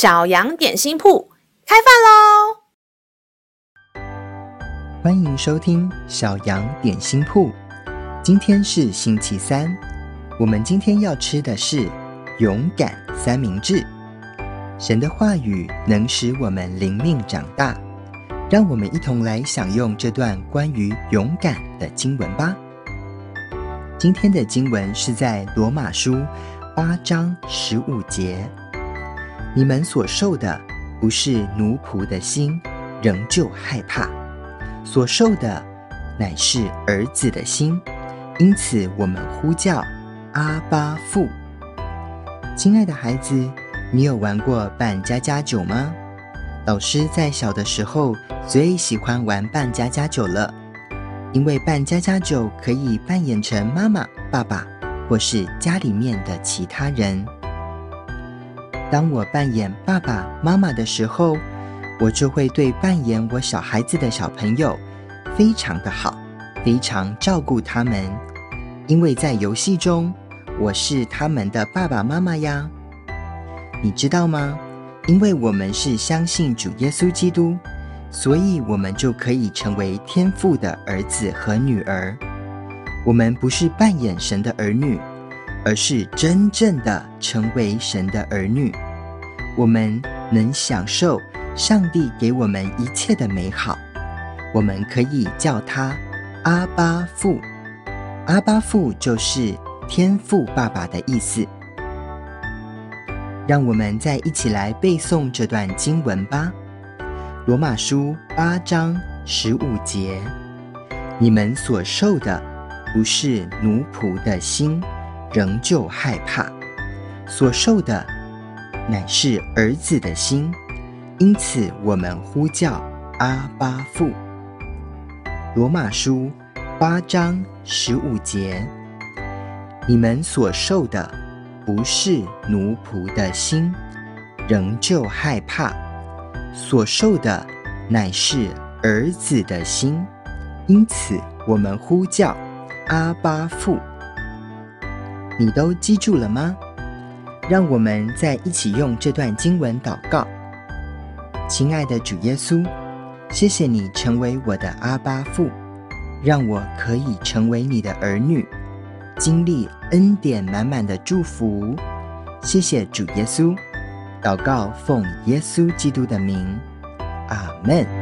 小羊点心铺开饭喽！ 欢迎收听小羊点心铺。今天是星期三，我们今天要吃的是勇敢三明治。神的话语能使我们灵命长大，让我们一同来享用这段关于勇敢的经文吧。今天的经文是在罗马书8章15节。你们所受的不是奴仆的心，仍旧害怕；所受的乃是儿子的心，因此我们呼叫阿爸父。亲爱的孩子，你有玩过扮家家酒吗？老师在小的时候最喜欢玩扮家家酒了，因为扮家家酒可以扮演成妈妈、爸爸，或是家里面的其他人。当我扮演爸爸妈妈的时候，我就会对扮演我小孩子的小朋友非常的好，非常照顾他们，因为在游戏中我是他们的爸爸妈妈呀。你知道吗？因为我们是相信主耶稣基督，所以我们就可以成为天父的儿子和女儿。我们不是扮演神的儿女，而是真正的成为神的儿女。我们能享受上帝给我们一切的美好，我们可以叫他阿爸父。阿爸父就是天父爸爸的意思。让我们再一起来背诵这段经文吧。罗马书8章15节，你们所受的不是奴仆的心，仍旧害怕；所受的乃是儿子的心，因此我们呼叫阿爸父。罗马书8章15节，你们所受的不是奴仆的心，仍旧害怕；所受的乃是儿子的心，因此我们呼叫阿爸父。你都记住了吗？让我们再一起用这段经文祷告。亲爱的主耶稣，谢谢你成为我的阿爸父，让我可以成为你的儿女，经历恩典满满的祝福。谢谢主耶稣，祷告奉耶稣基督的名，阿们。